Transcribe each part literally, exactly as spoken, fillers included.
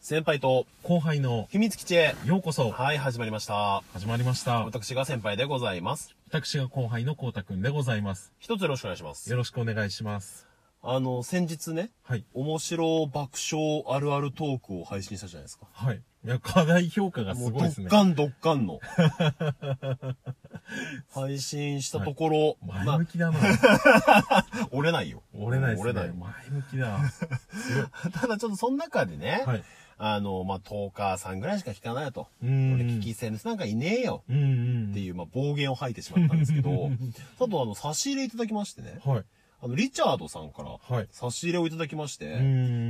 先輩と後輩の秘密基地へようこそ。 はい、始まりました。 始まりました。 私が先輩でございます。 私が後輩のこうたくんでございます。 一つよろしくお願いします。 よろしくお願いします。 あの、先日ね、 はい。 面白爆笑あるあるトークを配信したじゃないですか。 はい。いや、課題評価がすごいですね。 ドッカンドッカンの。配信したところ、 はい、前向きだな。 折れないよ。 折れないですね。 折れない。 前向きだ。 ただちょっとその中でね、 はい。 あの、まあ、トーカーさんぐらいしか聞かないよと。 うん。 俺聞きセンスなんかいねえよ。 うん。 っていう、まあ、暴言を吐いてしまったんですけど、あとあの、差し入れいただきましてね。 はい。 あの、リチャードさんから、 はい。 差し入れをいただきまして、 うん。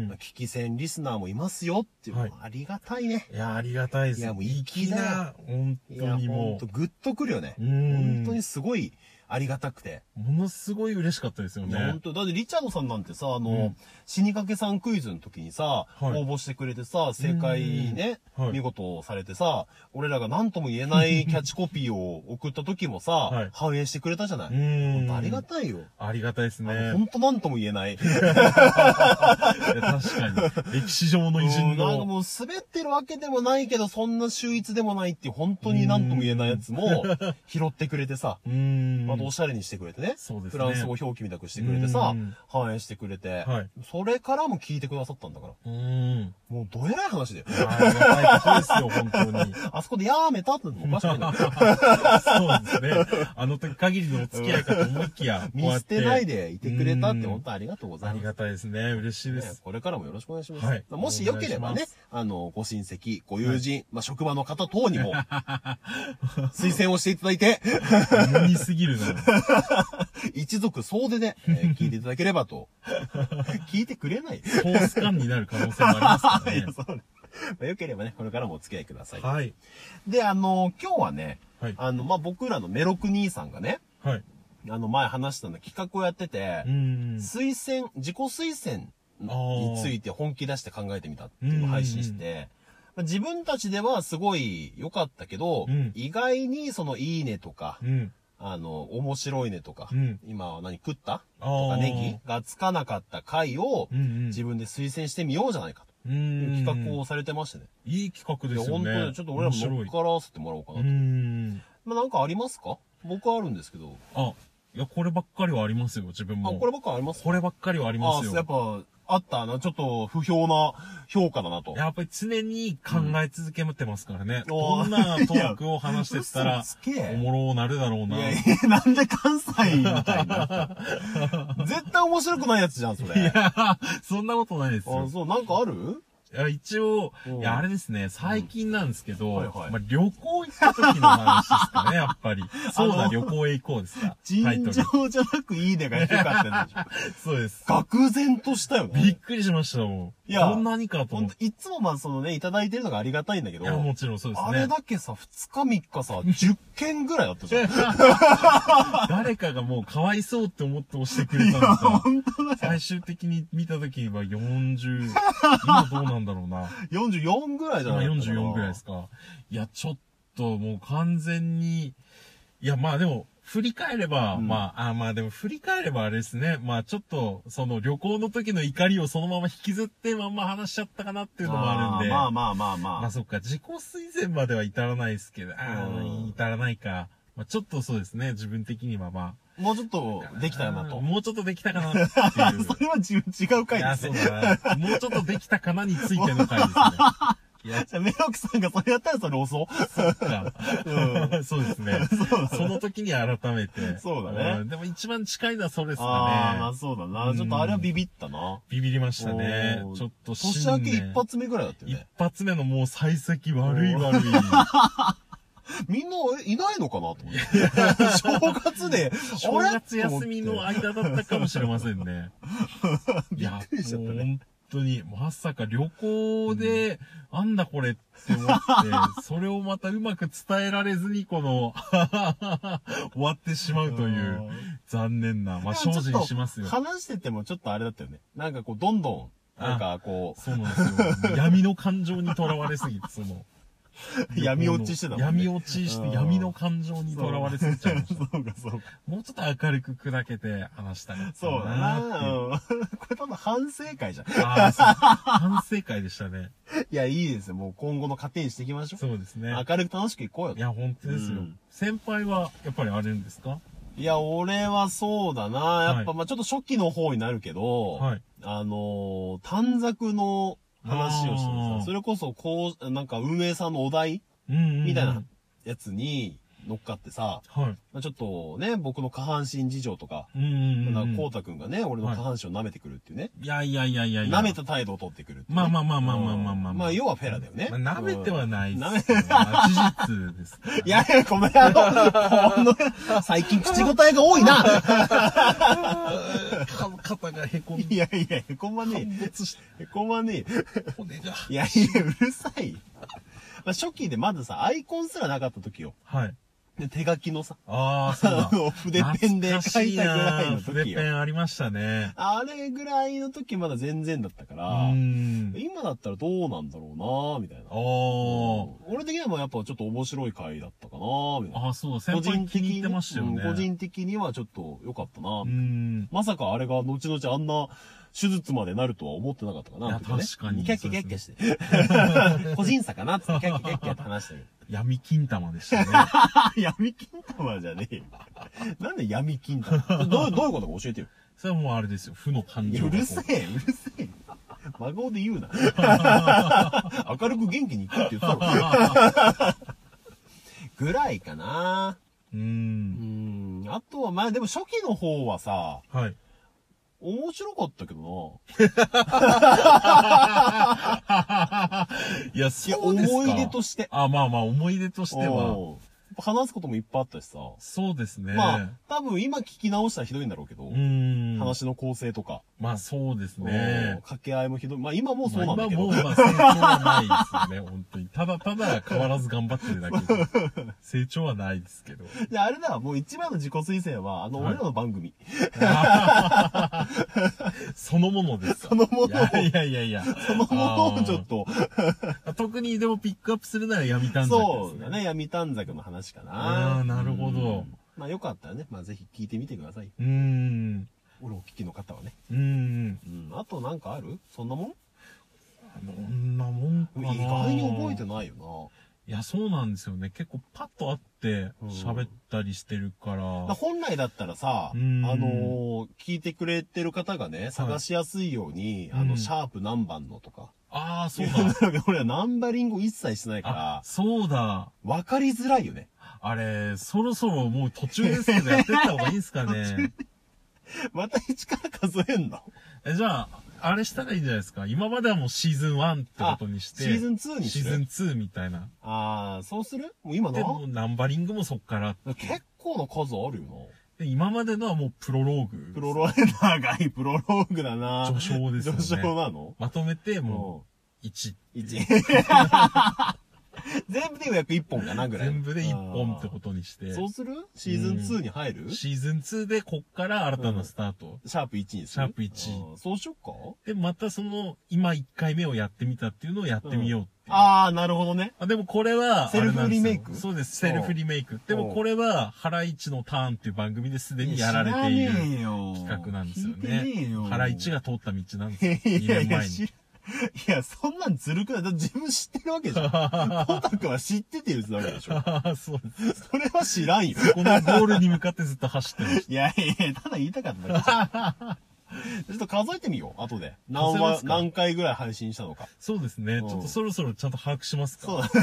聞き戦リスナーもいますよっていう、はい、ありがたいね。 いや、ありがたいです。 いや、もう粋な、 本当にもう。 ほんと、グッとくるよね。 うん。 本当にすごい、ありがたくて。 ものすごい嬉しかったですよね。 本当だってリチャードさんなんてさ、あの、うん、死にかけさんクイズの時にさ、はい、応募してくれてさ、正解ね、はい、見事されてさ、俺らが何とも言えないキャッチコピーを送った時もさ、はい、反映してくれたじゃない。本当ありがたいよ。 ありがたいですね。 本当何とも言えない。いや確かに。歴史上の偉人の。 なんかもう滑ってるわけでもないけど、そんな秀逸でもないっていう、本当に何とも言えないやつも拾ってくれてさ、 うんあとおしゃれにしてくれてね。 そうですね。 フランス語表記みたくしてくれてさ、反映してくれて、はい、それからも聞いてくださったんだから。うん。もうどえらい話だよ。 ありがたいことですよ、本当に。 あそこでやめたってのもおかしくない。 そうですね。あの時限りのお付き合いかと思いきや、 見捨てないでいてくれたって本当ありがとうございます。 ありがたいですね。嬉しいです。 ね、これからもよろしくお願いします。はい、もしよければね、あの、ご親戚、ご友人、はい、まあ、職場の方等にも、推薦をしていただいて、 無にすぎるな。 一族総出で、えー、聞いていただければと。聞いてくれないソース感になる可能性もありますからね。いやそうね。 まあ、よければね、これからもお付き合いください。 はい。 で、あの、今日はね、 はい、 あの、まあ、僕らのメロク兄さんがね、はい。あの、前話したの企画をやってて、推薦、自己推薦について本気出して考えてみたっていうのを配信して、自分たちではすごい良かったけど、うん、意外にそのいいねとか、うん、あの、面白いねとか、うん、今は何食ったとかネギがつかなかった回を自分で推薦してみようじゃないかという企画をされてましてね。 いい企画ですよね。 いや本当にちょっと俺らも乗っからせてもらおうかなと。まあなんかありますか？僕はあるんですけど。 あ、いや、こればっかりはありますよ、自分も。 あ、こればっかりありますこればっかりはありますよ。 あ、やっぱ、あったな、ちょっと不評な評価だなと。 やっぱり常に考え続けてますからね。うん、どんなトークを話してったら、おもろなるだろうな。 いやいや、なんで関西みたいな。絶対面白くないやつじゃん、それ。 いや、そんなことないですよ。 あ、そう、なんかある？ いや、一応、いや、あれですね、最近なんですけど、うんはいはい、まあ、旅行行った時の話ですかね、やっぱり。そうだ、旅行へ行こうですか。 尋常じゃなくいいねが低かったんでしょ。 そうです。 愕然としたよね。 びっくりしましたもん。いや、こんなにかと思って。 いつもまあそのね、いただいてるのがありがたいんだけど。 いや、もちろんそうですね。 あれだけさ、二日三日さ、じゅっけんぐらいだったじゃん。 誰かがもうかわいそうって思って押してくれたのか。 本当だよ。 最終的に見た時はよんじゅう、今どうなんだろうな。 よんじゅうよんぐらいじゃない今よんじゅうよんぐらいですか。いや、ちょっともう完全に、いや、まあでも、振り返れば、うん、まあ、あ、まあでも振り返ればあれですね。まあちょっと、その旅行の時の怒りをそのまま引きずってまんま話しちゃったかなっていうのもあるんで。 まあまあまあまあ。 まあそっか、自己推薦までは至らないですけど、ああ、至らないか。まあちょっとそうですね、自分的にはまあ。 もうちょっとできたかなと。 もうちょっとできたかなっていう。 それは違う回ですね。 いや、そうだな。もうちょっとできたかなについての回ですね。 いや、じゃあ、メロクさんがそれやったらそれ遅う。 そっか。うん。そうですね。そうだね。その時に改めて。 そうだね。 うん、でも一番近いのはそれですかね。 ああ、まあそうだな。ちょっとあれはビビったな。 ビビりましたね。ちょっと年明け一発目ぐらいだったよね。 一発目のもう幸先悪い悪い。 みんないないのかなと思って。正月で、 正月休みの間だったかもしれませんね。 びっくりしちゃったね。 本当に、まさか旅行で、うん、なんだこれって思って、それをまたうまく伝えられずに、この、終わってしまうという、残念な、まあ、精進しますよ。 話しててもちょっとあれだったよね。なんかこう、どんどん、なんかこう。 そうなんですよ。闇の感情にとらわれすぎて、その、 闇落ちしてたもんね。 闇落ちして、闇の感情にとらわれすぎちゃいました。 そうか、そうか。 もうちょっと明るく砕けて話したかったな。 そうだな。これ多分反省会じゃん。 ああ、そう。反省会でしたね。 いや、いいですよ。もう今後の糧にしていきましょう。 そうですね。 明るく楽しくいこうよ。 いや、本当ですよ。うん、先輩は、やっぱりあるんですか？ いや、俺はそうだな。やっぱ、はい、まあちょっと初期の方になるけど、はい、あのー、短冊の話をしてさ、それこそ、こう、なんか運営さんのお題、うんうんうん、みたいなやつに乗っかってさ、はい、まあちょっとね、僕の下半身事情とか、うんうんうん、なんか、こうたくんがね、俺の下半身を舐めてくるっていうね。 いやいやいやいやいや。 舐めた態度を取ってくるって、ね。 まあまあまあまあまあまあまあ。 まあ、要はフェラだよね。 まあ、舐めてはないです、ね。まあ、事実です、ね。 いやいや、ごめん、あの、この、最近口答えが多いな。 肩がへこみ。 いやいや、へこまねえ。へこまねえ。 骨が。 いやいや、うるさい。まあ、初期でまずさ、アイコンすらなかった時よ。はい。で、手書きのさ。 ああ、そうだ。 筆ペンで書いたぐらいの時よ。 筆ペンありましたね。 あれぐらいの時まだ全然だったから、うん今だったらどうなんだろうなみたいな。ああ、うん。俺的にはもうやっぱちょっと面白い回だったかなみたいな。 ああ、そうだ。先輩気に入ってましたよね。 個人的にはちょっと良かったなみたいな。うんまさかあれが後々あんな、手術までなるとは思ってなかったかな。いや、 確かに。 キャッキャキャッキャして。個人差かなってキャッキャキャッキャって話したけど。 闇金玉でしたね。 闇金玉じゃねえよ。なんで闇金玉どう、どういうことか教えてよ。 それはもうあれですよ。負の感情。 うるせえ、うるせえ。真顔で言うな。明るく元気に行くって言ったろ。ぐらいかな。うーん。うん。あとは、まあでも初期の方はさ、はい。面白かったけどな。 いや、そうですか。 思い出として。 あ、まあまあ、思い出としては。 話すこともいっぱいあったしさ。 そうですね。 まあ、多分今聞き直したらひどいんだろうけど。うん。話の構成とか。 まあそうですね。 掛け合いもひどい。まあ今もそうなんだけど。 まあ、今もう、まあ成長はないですよね、本当に。ただただ変わらず頑張ってるだけで。成長はないですけど。 じゃああれだ、もう一番の自己推薦は、あの、俺らの番組。 そのものですか。 そのものを。 いやいやいや。 そのものをちょっと。 特にでもピックアップするなら闇短冊ですね。 そうだね、闇短冊の話かな。 ああ、なるほど。 まあよかったらね、まあぜひ聞いてみてください。うん。俺お聞きの方はね。うん。うん。あとなんかある？そんなもん？ そんなもんかな。 意外に覚えてないよな。 いや、そうなんですよね。結構パッと会って喋ったりしてるから。うん、 ら本来だったらさ、あのー、聞いてくれてる方がね、探しやすいように、はい、あの、シャープ何番のとか。 ああ、そうだ。 俺はナンバリング一切してないから。 そうだ。 わかりづらいよね。 あれ、そろそろもう途中ですけどやってった方がいいんですかね。 また一から数えんの？ え、じゃあ、あれしたらいいんじゃないですか。今まではもうシーズンワンってことにして。 シーズンツーにする？シーズンツーみたいな。 ああ、そうする？もう今のでもナンバリングもそっから。 結構な数あるよな。で今までのはもうプロローグ。 プロローグ、長いプロローグだな。 序章ですよね。 序章なの？ まとめてもう、いち。 いち。全部で約いっぽんかなぐらい。 全部でいっぽんってことにして。 そうする？シーズンツーに入る？ シーズンツーでこっから新たなスタート。 うん、シャープいちにする？ シャープいち。 そうしよっか？ で、またその、今いっかいめをやってみたっていうのをやってみようっていう。 うん、ああ、なるほどね。 あ、でもこれは、 セルフリメイク？ そうです、セルフリメイク。でもこれは、ハライチのターンっていう番組ですでにやられている企画なんですよね。ハライチが通った道なんですよ。にねんまえに。 いや、そんなんずるくない。だって自分知ってるわけじゃん。ポタ君は知ってて言ってたわけでしょ。 そうです。それは知らんよ。 このゴールに向かってずっと走ってました。 いやいや、ただ言いたかっただけ。ちょっと数えてみよう、後で。何話、何回ぐらい配信したのか。 そうですね。うん、ちょっとそろそろちゃんと把握しますか。 そうだ。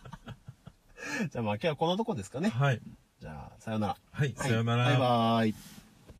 じゃあまあ今日はこんなとこですかね。 はい。 じゃあ、さよなら。 はい、さよなら。 バイバーイ。